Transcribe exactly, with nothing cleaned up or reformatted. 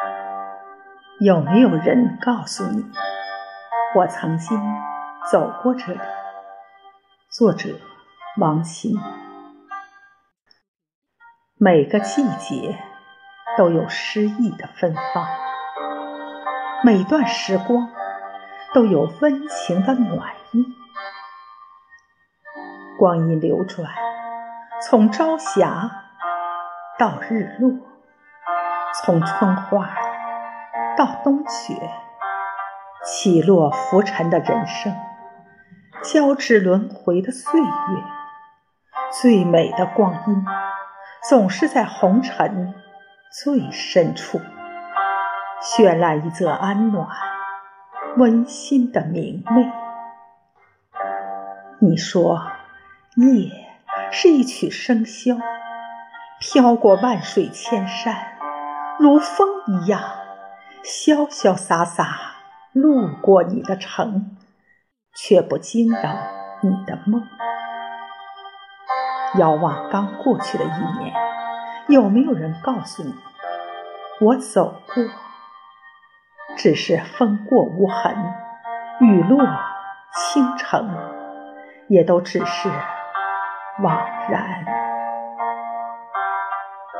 有没有人告诉你，我曾经走过这里？作者王琴。每个季节都有诗意的芬芳，每段时光都有温情的暖意。光阴流转，从朝霞到日落，从春花到冬雪，起落浮沉的人生，交织轮回的岁月，最美的光阴总是在红尘最深处，绚烂一则安暖温馨的明媚。你说夜是一曲笙箫，飘过万水千山，如风一样潇潇洒洒路过你的城，却不惊扰你的梦。遥望刚过去的一年，有没有人告诉你，我走过，只是风过无痕，雨落倾城，也都只是枉然。